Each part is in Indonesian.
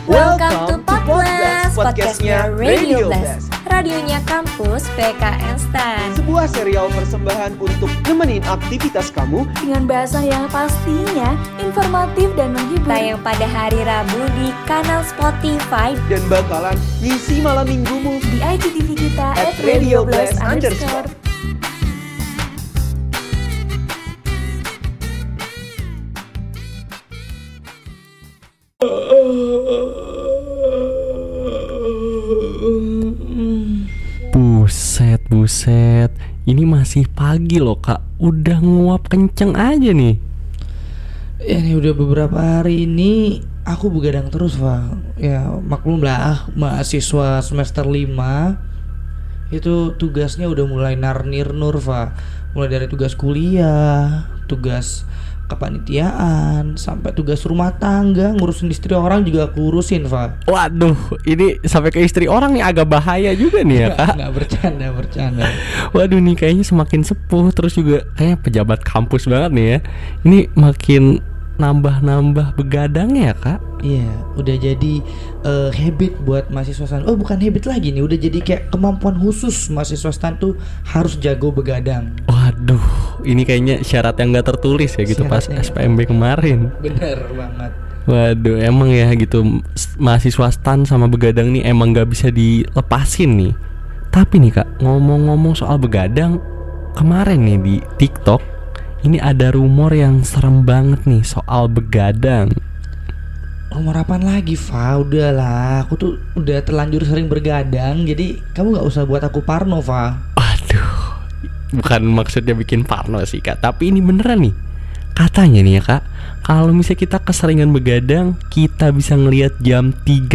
Welcome to Podcast, podcastnya Radio Blast, radionya kampus PKN STAN. Sebuah serial persembahan untuk nemenin aktivitas kamu dengan bahasa yang pastinya informatif dan menghibur. Tayang pada hari Rabu di kanal Spotify dan bakalan ngisi malam minggumu di IGTV kita @radioblast_. Buset, ini masih pagi loh kak, udah nguap kenceng aja nih. Ini udah beberapa hari ini aku begadang terus, Pak. Ya maklum lah, mahasiswa semester 5 itu tugasnya udah mulai nar-nir-nur, Pak. Mulai dari tugas kuliah, tugas kepanitiaan, sampai tugas rumah tangga, ngurusin istri orang juga aku urusin, Pak. Waduh, ini sampai ke istri orang nih agak bahaya juga nih ya kak. Nggak bercanda. Waduh nih kayaknya semakin sepuh, terus juga kayaknya pejabat kampus banget nih ya. Ini makin nambah begadang ya kak. Iya, udah jadi habit buat mahasiswa STAN. Oh bukan habit lagi nih, udah jadi kayak kemampuan khusus mahasiswa STAN tuh harus jago begadang. Waduh, ini kayaknya syarat yang gak tertulis ya gitu syaratnya pas SPMB kemarin. Bener banget. Waduh, emang ya gitu, mahasiswa STAN sama begadang nih emang gak bisa dilepasin nih. Tapi nih kak, ngomong-ngomong soal begadang, kemarin nih di TikTok ini ada rumor yang serem banget nih soal begadang. Rumor apaan lagi, Fa? Udahlah, aku tuh udah terlanjur sering bergadang, jadi kamu gak usah buat aku parno, Fa. Aduh, bukan maksudnya bikin parno sih kak, tapi ini beneran nih. Katanya nih ya kak, kalau misalnya kita keseringan begadang, kita bisa ngelihat jam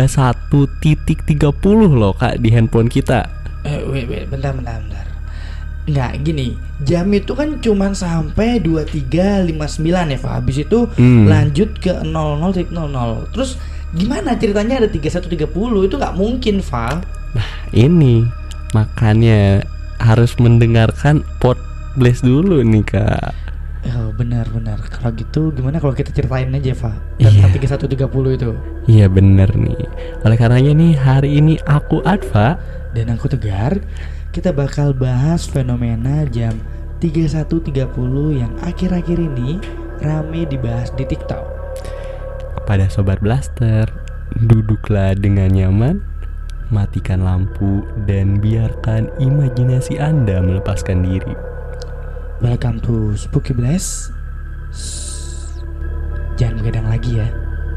31.30 loh kak di handphone kita. Wait, bentar. Nggak, gini, jam itu kan cuma sampai 23.59 ya, Fa. Habis itu lanjut ke 00.00. Terus gimana ceritanya ada 31.30? Itu nggak mungkin, Fa. Nah ini makanya harus mendengarkan podcast dulu nih kak. Oh benar. Kalau gitu gimana kalau kita ceritain aja, Fa, tentang 31.30 itu? Iya bener nih. Oleh karenanya nih hari ini aku Adva dan aku Tegar, kita bakal bahas fenomena jam 31.30 yang akhir-akhir ini rame dibahas di TikTok. Kepada Sobat Blaster, duduklah dengan nyaman, matikan lampu dan biarkan imajinasi Anda melepaskan diri. Welcome to Spooky Blast. Jangan begadang lagi ya.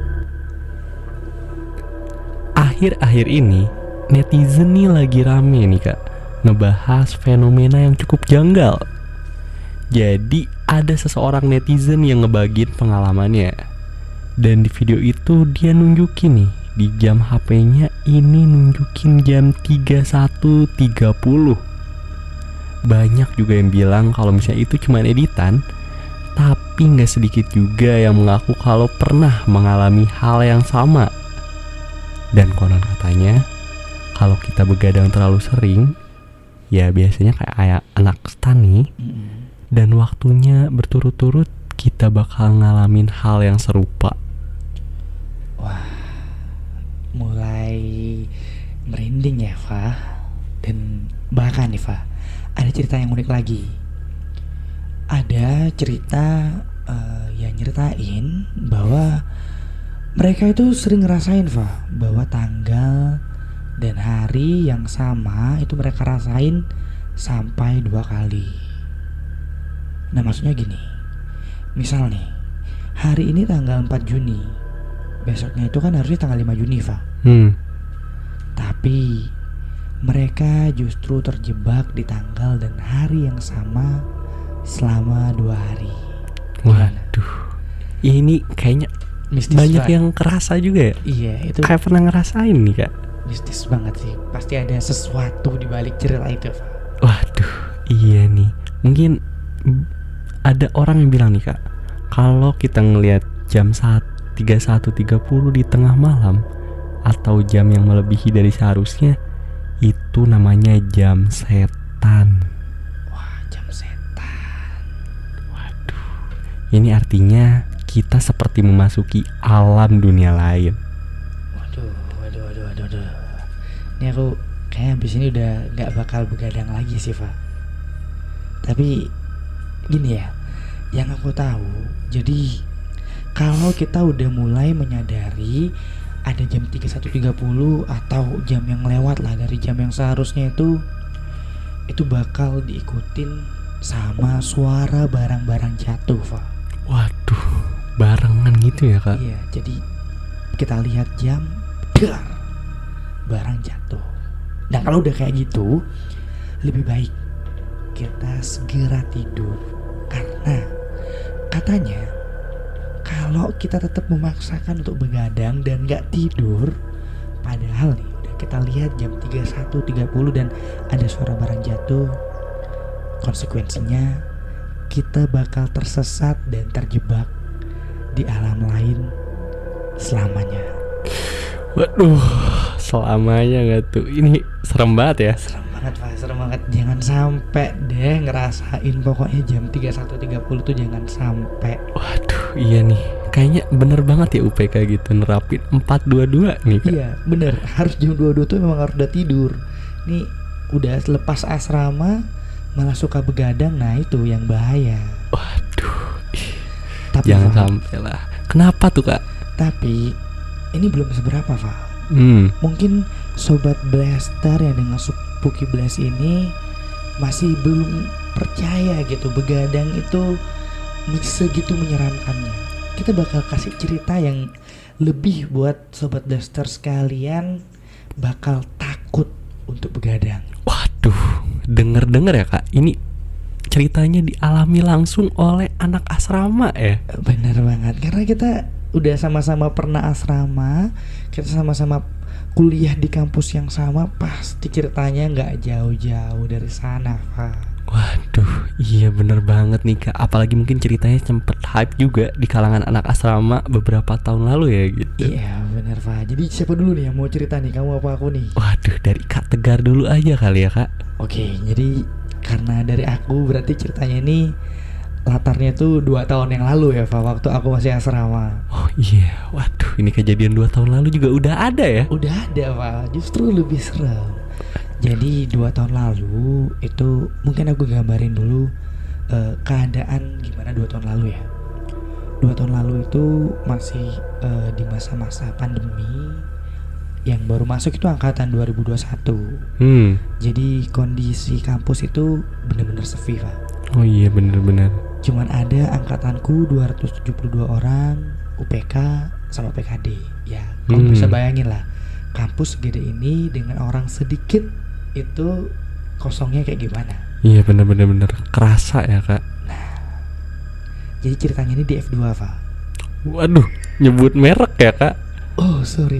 Akhir-akhir ini netizen nih lagi rame nih kak, ngebahas fenomena yang cukup janggal. Jadi ada seseorang netizen yang ngebagiin pengalamannya, dan di video itu dia nunjukin nih di jam HP-nya ini nunjukin jam 31.30. Banyak juga yang bilang kalau misalnya itu cuma editan, tapi gak sedikit juga yang mengaku kalau pernah mengalami hal yang sama. Dan konon katanya kalau kita begadang terlalu sering, ya biasanya kayak anak STAN nih, dan waktunya berturut-turut kita bakal ngalamin hal yang serupa. Wah, mulai merinding ya, Fa. Dan bahkan nih, Fa, ada cerita yang unik lagi. Ada cerita yang nyeritain bahwa mereka itu sering ngerasain, Fa, bahwa tanggal dan hari yang sama itu mereka rasain sampai 2 kali. Nah maksudnya gini, misal nih, hari ini tanggal 4 Juni, besoknya itu kan harusnya tanggal 5 Juni, Fa. Tapi mereka justru terjebak di tanggal dan hari yang sama selama 2 hari. Waduh, ini kayaknya mistis banyak banget yang kerasa juga ya. Iya, itu kayak pernah ngerasain nih kak. Mistis banget sih. Pasti ada sesuatu di balik cerita itu, Pak. Waduh, iya nih. Mungkin ada orang yang bilang nih kak, kalau kita ngelihat jam 31.30 di tengah malam atau jam yang melebihi dari seharusnya, itu namanya jam setan. Wah, jam setan. Waduh, ini artinya kita seperti memasuki alam dunia lain. Waduh, Ini aku kayak habis ini udah nggak bakal begadang lagi sih, Fa. Tapi gini ya, yang aku tahu, jadi kalau kita udah mulai menyadari ada jam 31.30 atau jam yang lewat lah dari jam yang seharusnya itu bakal diikutin sama suara barang-barang jatuh, Fa. Waduh, barengan gitu ya Kak? Iya, jadi kita lihat jam, dar, barang jatuh. Dan kalau udah kayak gitu, lebih baik kita segera tidur. Karena katanya kalau kita tetap memaksakan untuk begadang dan gak tidur, padahal nih udah kita lihat jam 31.30 dan ada suara barang jatuh, konsekuensinya kita bakal tersesat dan terjebak di alam lain selamanya. Waduh, selamanya gak tuh? Ini serem banget ya? Serem banget, Pak, serem banget. Jangan sampai deh ngerasain, pokoknya jam 31.30 tuh jangan sampai. Waduh, iya nih. Kayaknya bener banget ya UPK gitu nerapin 4-2-2 nih Kak. Iya, bener. Harus jam 22 tuh memang harus udah tidur. Nih udah lepas asrama malah suka begadang, nah itu yang bahaya. Waduh, Tapi jangan Fa, sampai lah. Kenapa tuh Kak? tapi ini belum seberapa, Pak. Mungkin sobat blaster yang dengan Puki Blast ini masih belum percaya gitu begadang itu segitu menyeramkannya. Kita bakal kasih cerita yang lebih buat sobat blaster sekalian bakal takut untuk begadang. Waduh, denger-denger ya Kak, ini ceritanya dialami langsung oleh anak asrama ya? Bener banget, karena kita udah sama-sama pernah asrama, kita sama-sama kuliah di kampus yang sama, pasti ceritanya nggak jauh-jauh dari sana, Pak. Waduh, iya bener banget nih Kak. Apalagi mungkin ceritanya sempet hype juga di kalangan anak asrama beberapa tahun lalu ya gitu. Iya bener, Pak. Jadi siapa dulu nih yang mau cerita nih, kamu apa aku nih? Waduh, dari Kak Tegar dulu aja kali ya Kak. Oke, jadi karena dari aku berarti ceritanya ini latarnya tuh 2 tahun yang lalu ya, Pak, waktu aku masih asrama. Oh iya, waduh, ini kejadian 2 tahun lalu juga udah ada ya? Udah ada, Pak, justru lebih serem. Jadi 2 tahun lalu itu mungkin aku gambarin dulu keadaan gimana 2 tahun lalu ya. 2 tahun lalu itu masih di masa-masa pandemi, yang baru masuk itu angkatan 2021. Jadi kondisi kampus itu benar-benar sepi, Pak. Oh iya, benar-benar. Cuman ada angkatanku 272 orang, UPK sama PKD. Ya, kamu bisa bayangin lah, kampus segede ini dengan orang sedikit itu kosongnya kayak gimana. Iya, benar-benar kerasa ya Kak. Nah, jadi ceritanya ini di F2, Pak. Waduh, nyebut merek ya Kak? Oh sorry.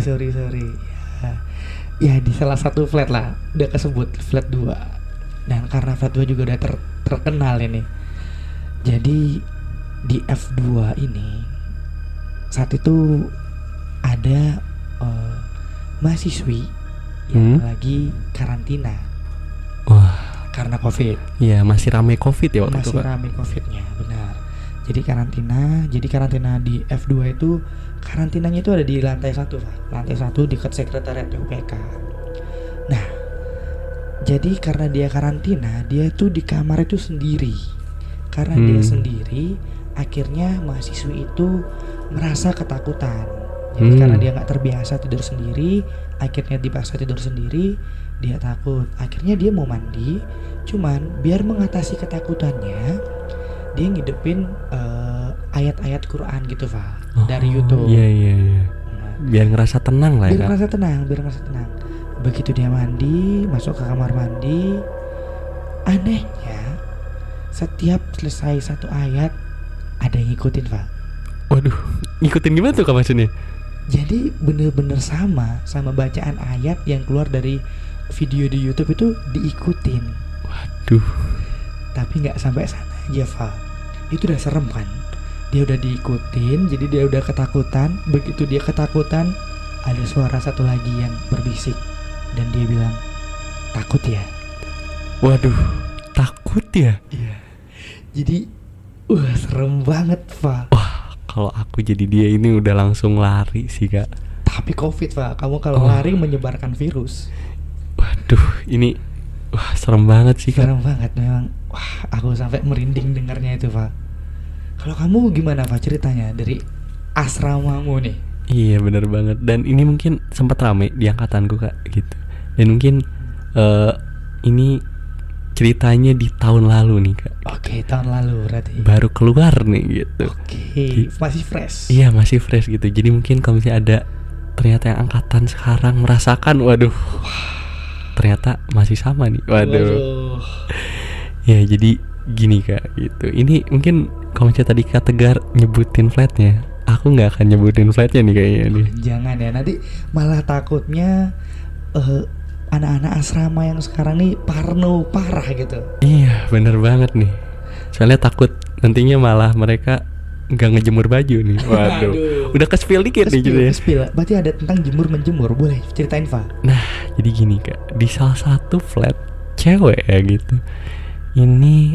Ya di salah satu flat lah, udah kesebut flat 2. Dan karena flat 2 juga udah terkenal ini, jadi di F2 ini saat itu ada mahasiswi yang lagi karantina. Wah, karena COVID. iya masih rame COVID ya waktu itu Masih Kak? rame COVID-nya, benar. Jadi karantina di F2 itu, karantinanya itu ada di lantai 1, Pak. Lantai 1 dekat sekretariat UPK. Nah, jadi karena dia karantina, dia tuh di kamar itu sendiri. Karena dia sendiri, akhirnya mahasiswi itu merasa ketakutan. Jadi karena dia nggak terbiasa tidur sendiri, akhirnya dipaksa tidur sendiri, dia takut. Akhirnya dia mau mandi, cuman biar mengatasi ketakutannya, dia ngidupin ayat-ayat Quran gitu, Pak, dari YouTube. Iya. Nah, Biar ngerasa tenang lah ya biar Kak? ngerasa tenang. Begitu dia mandi, masuk ke kamar mandi, anehnya setiap selesai satu ayat ada yang ngikutin, Pak. Waduh, ngikutin gimana tuh Kak maksudnya? Jadi bener-bener sama bacaan ayat yang keluar dari video di YouTube itu diikutin. Waduh. Tapi nggak sampai sana aja, Pak. Itu udah serem kan? Dia udah diikutin, jadi dia udah ketakutan. Begitu dia ketakutan, ada suara satu lagi yang berbisik, dan dia bilang, takut ya? Waduh, takut ya? Iya. Jadi, serem banget, Pak. Wah, kalau aku jadi dia ini udah langsung lari sih Kak. Tapi COVID, Pak. Kamu kalau lari menyebarkan virus. Waduh, ini wah serem banget sih Kak. Serem banget memang. Wah, aku sampai merinding dengarnya itu, Pak. Kalau kamu gimana, Pak, ceritanya dari asramamu nih? Iya bener banget. Dan ini mungkin sempat rame di angkatanku Kak gitu. Dan mungkin ini ceritanya di tahun lalu nih Kak. Oke, tahun lalu berarti. Baru keluar nih gitu. Oke, masih fresh. Iya masih fresh gitu. Jadi mungkin kalau misalnya ada ternyata yang angkatan sekarang merasakan, waduh, ternyata masih sama nih. Waduh. Ya jadi gini Kak gitu. Ini mungkin kalau misalnya tadi Kak Tegar nyebutin flatnya, aku nggak akan nyebutin flatnya nih kayaknya nih. Jangan ya, nanti malah takutnya anak-anak asrama yang sekarang nih parno parah gitu. Iya bener banget nih. Soalnya takut nantinya malah mereka nggak ngejemur baju nih. Waduh. Udah ke-spill dikit nih gitu ya. Ke-spill. Berarti ada tentang jemur menjemur. Boleh ceritain, Fa? Nah jadi gini Kak, di salah satu flat cewek ya gitu, ini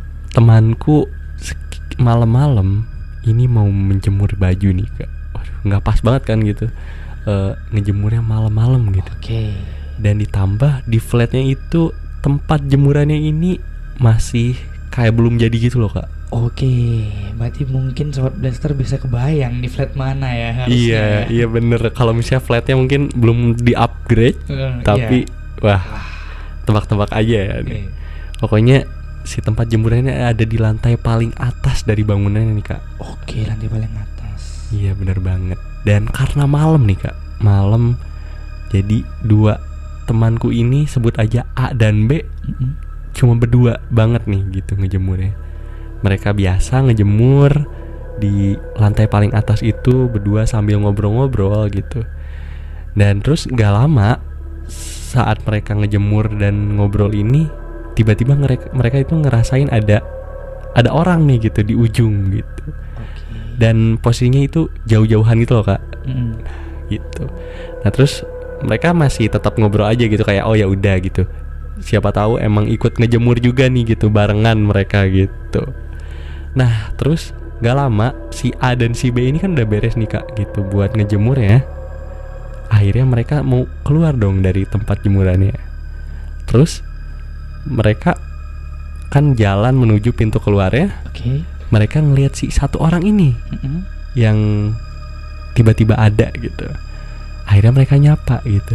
temanku malam-malam ini mau menjemur baju nih Kak. Waduh nggak pas banget kan gitu, ngejemurnya malam-malam gitu. Oke. Dan ditambah di flatnya itu tempat jemurannya ini masih kayak belum jadi gitu loh Kak. Oke, berarti mungkin Sobat Blaster bisa kebayang di flat mana ya harusnya. Iya bener. Kalau misalnya flatnya mungkin belum di-upgrade, tapi wah tebak-tebak aja ya nih. Pokoknya si tempat jemurannya ada di lantai paling atas dari bangunannya nih Kak. Oke, lantai paling atas. Iya bener banget. Dan karena malam nih Kak, malam, jadi dua temanku ini sebut aja A dan B, cuma berdua banget nih gitu ngejemurnya. Mereka biasa ngejemur di lantai paling atas itu berdua sambil ngobrol-ngobrol gitu. Dan terus gak lama saat mereka ngejemur dan ngobrol ini, tiba-tiba mereka itu ngerasain ada orang nih gitu di ujung gitu. Dan posisinya itu jauh-jauhan gitu loh Kak. Gitu. Nah terus mereka masih tetap ngobrol aja gitu, kayak oh ya udah gitu. Siapa tahu emang ikut ngejemur juga nih gitu barengan mereka gitu. Nah terus gak lama si A dan si B ini kan udah beres nih Kak gitu buat ngejemur ya. Akhirnya mereka mau keluar dong dari tempat jemurannya. Terus mereka kan jalan menuju pintu keluarnya. Oke. Mereka ngelihat si satu orang ini yang tiba-tiba ada gitu. Akhirnya mereka nyapa gitu,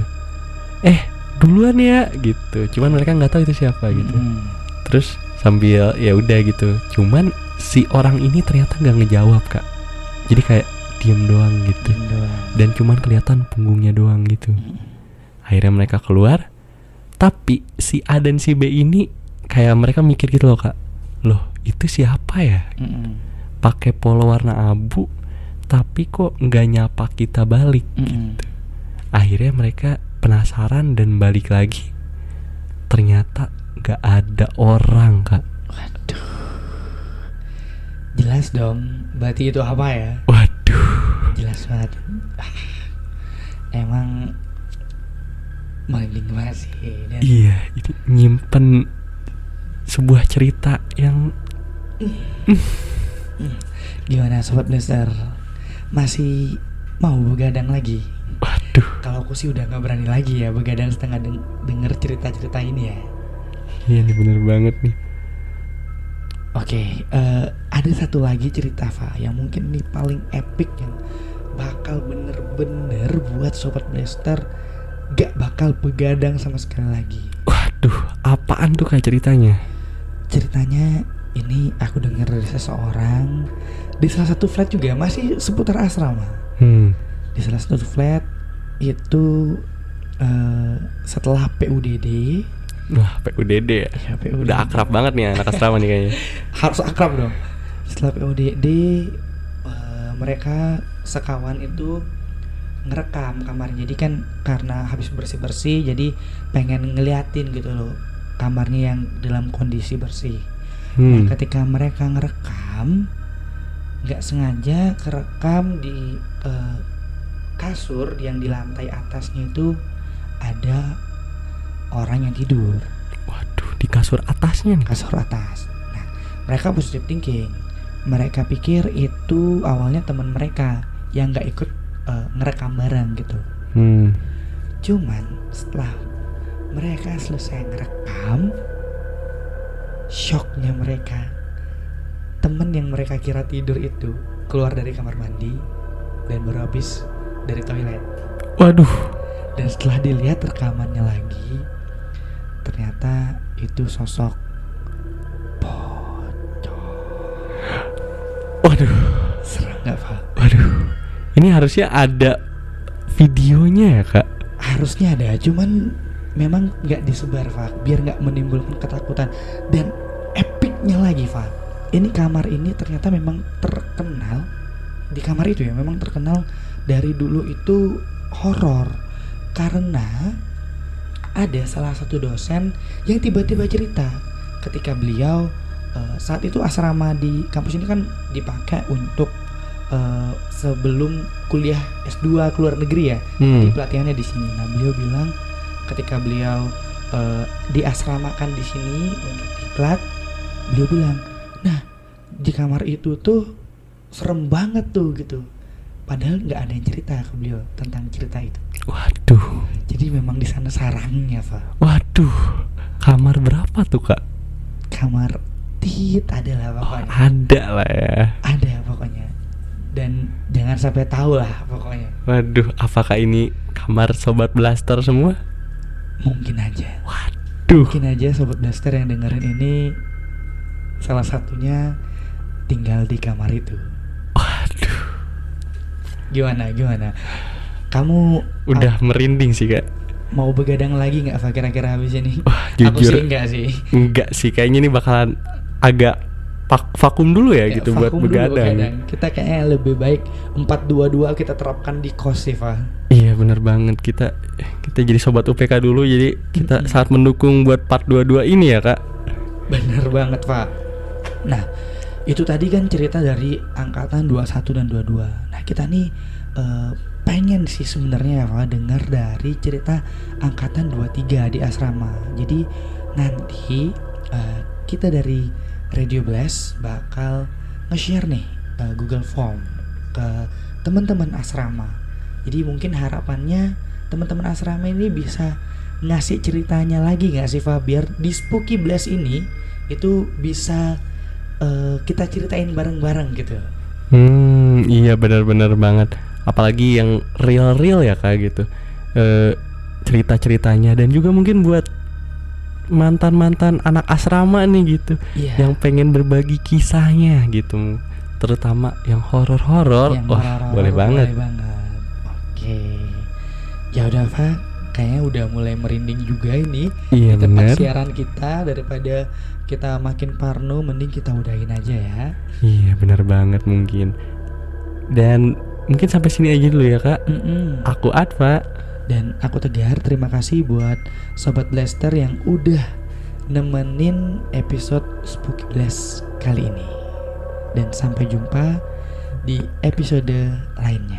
duluan ya gitu. Cuman mereka nggak tahu itu siapa gitu. Terus sambil ya udah gitu. Cuman si orang ini ternyata nggak ngejawab Kak. Jadi kayak diem doang gitu. Dan cuman kelihatan punggungnya doang gitu. Akhirnya mereka keluar. Tapi si A dan si B ini kayak mereka mikir gitu loh Kak. Loh itu siapa ya? Pakai polo warna abu, tapi kok nggak nyapa kita balik gitu. Akhirnya mereka penasaran dan balik lagi. Ternyata nggak ada orang Kak. Waduh. Jelas dong. Berarti itu apa ya? Waduh. Jelas banget. Emang merinding banget sih. Dan iya, ini nyimpen sebuah cerita yang gimana Sobat Blaster? Masih mau begadang lagi? Waduh. Kalau aku sih udah gak berani lagi ya begadang setengah denger cerita-cerita ini ya. Iya nih bener banget nih. Oke, ada satu lagi cerita Fa yang mungkin nih paling epic, yang bakal bener-bener buat Sobat Blaster gak bakal begadang sama sekali lagi. Waduh, apaan tuh kayak ceritanya? Ceritanya ini aku dengar dari seseorang di salah satu flat juga, masih seputar asrama. Di salah satu flat itu setelah PUDD. Wah, PUDD ya? Ya, PUDD. Udah akrab banget nih anak asrama nih kayaknya. Harus akrab dong. Setelah PUDD mereka sekawan itu ngerekam kamarnya. Jadi kan karena habis bersih-bersih, jadi pengen ngeliatin gitu loh kamarnya yang dalam kondisi bersih. Nah, ketika mereka ngerekam, nggak sengaja kerekam di kasur yang di lantai atasnya itu ada orang yang tidur. Waduh, di kasur atasnya nih. Kasur atas. Nah, mereka positive thinking. Mereka pikir itu awalnya teman mereka yang nggak ikut ngerekam bareng gitu. Cuman setelah mereka selesai ngerekam, shocknya mereka, temen yang mereka kira tidur itu keluar dari kamar mandi dan baru habis dari toilet. Waduh. Dan setelah dilihat rekamannya lagi, ternyata itu sosok pocong. Waduh. Serem gak, Pak? Waduh. Ini harusnya ada videonya ya, Kak? Harusnya ada, cuman memang gak disebar, Pak, biar gak menimbulkan ketakutan. Dan epicnya lagi, Pak, ini kamar ini ternyata memang terkenal, di kamar itu ya memang terkenal dari dulu itu horor. Karena ada salah satu dosen yang tiba-tiba cerita ketika beliau saat itu asrama di kampus ini kan dipakai untuk sebelum kuliah S2 ke luar negeri ya, di pelatihannya di sini. Nah, beliau bilang ketika beliau diasramakan di sini untuk diklat, beliau bilang, nah di kamar itu tuh serem banget tuh gitu. Padahal nggak ada yang cerita ke beliau tentang cerita itu. Waduh. Jadi memang di sana sarangnya, Pak. Waduh. Kamar berapa tuh, Kak? Kamar tit ada lah pokoknya. Ada lah ya. Ada pokoknya. Dan jangan sampai tahu lah pokoknya. Waduh, apakah ini kamar Sobat Blaster semua? Mungkin aja. Waduh. Mungkin aja Sobat Blaster yang dengerin ini salah satunya tinggal di kamar itu. Waduh. Gimana? Kamu udah merinding sih, Kak. Mau begadang lagi nggak, Pak, kira-kira habis ini? Wah, Aku jujur sih enggak sih. Kayaknya ini bakalan agak vakum dulu ya gitu buat begadang. Kita kayaknya lebih baik 422 kita terapkan di kos sih, Pak. Iya, benar banget. Kita jadi sobat UPK dulu, jadi kita sangat mendukung buat part 22 ini ya, Kak. Bener banget, Pak. Nah, itu tadi kan cerita dari angkatan 21 dan 22. Nah, kita nih pengen sih sebenarnya ya, Pak, dengar dari cerita angkatan 23 di asrama. Jadi nanti kita dari Radio Blast bakal nge-share nih Google Form ke teman-teman asrama. Jadi mungkin harapannya teman-teman asrama ini bisa ngasih ceritanya lagi nggak sih, Pak, biar di Spooky Blast ini itu bisa kita ceritain bareng-bareng gitu. Iya, benar-benar banget. Apalagi yang real-real ya, Kak, gitu. Cerita-ceritanya, dan juga mungkin buat mantan-mantan anak asrama nih gitu, yang pengen berbagi kisahnya gitu, terutama yang horor-horor. Wah, boleh banget. Oke. Ya udah, Pak, kayaknya udah mulai merinding juga ini. Iya, di tempat bener. siaran kita, daripada kita makin parno, mending kita udahin aja ya. Iya, benar banget mungkin. Dan mungkin sampai sini aja dulu ya, Kak. Aku Adva dan aku Tegar. Terima kasih buat Sobat Blaster yang udah nemenin episode Spooky Blast kali ini. Dan sampai jumpa di episode lainnya.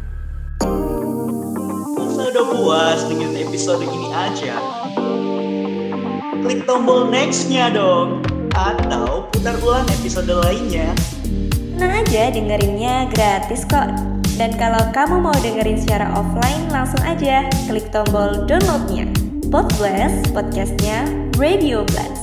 Masa udah puas dengan episode ini aja? Klik tombol next-nya dong, atau putar ulang episode lainnya. Tenang aja, dengerinnya gratis kok. Dan kalau kamu mau dengerin secara offline, langsung aja klik tombol downloadnya. Podcast, podcastnya Radio Blast.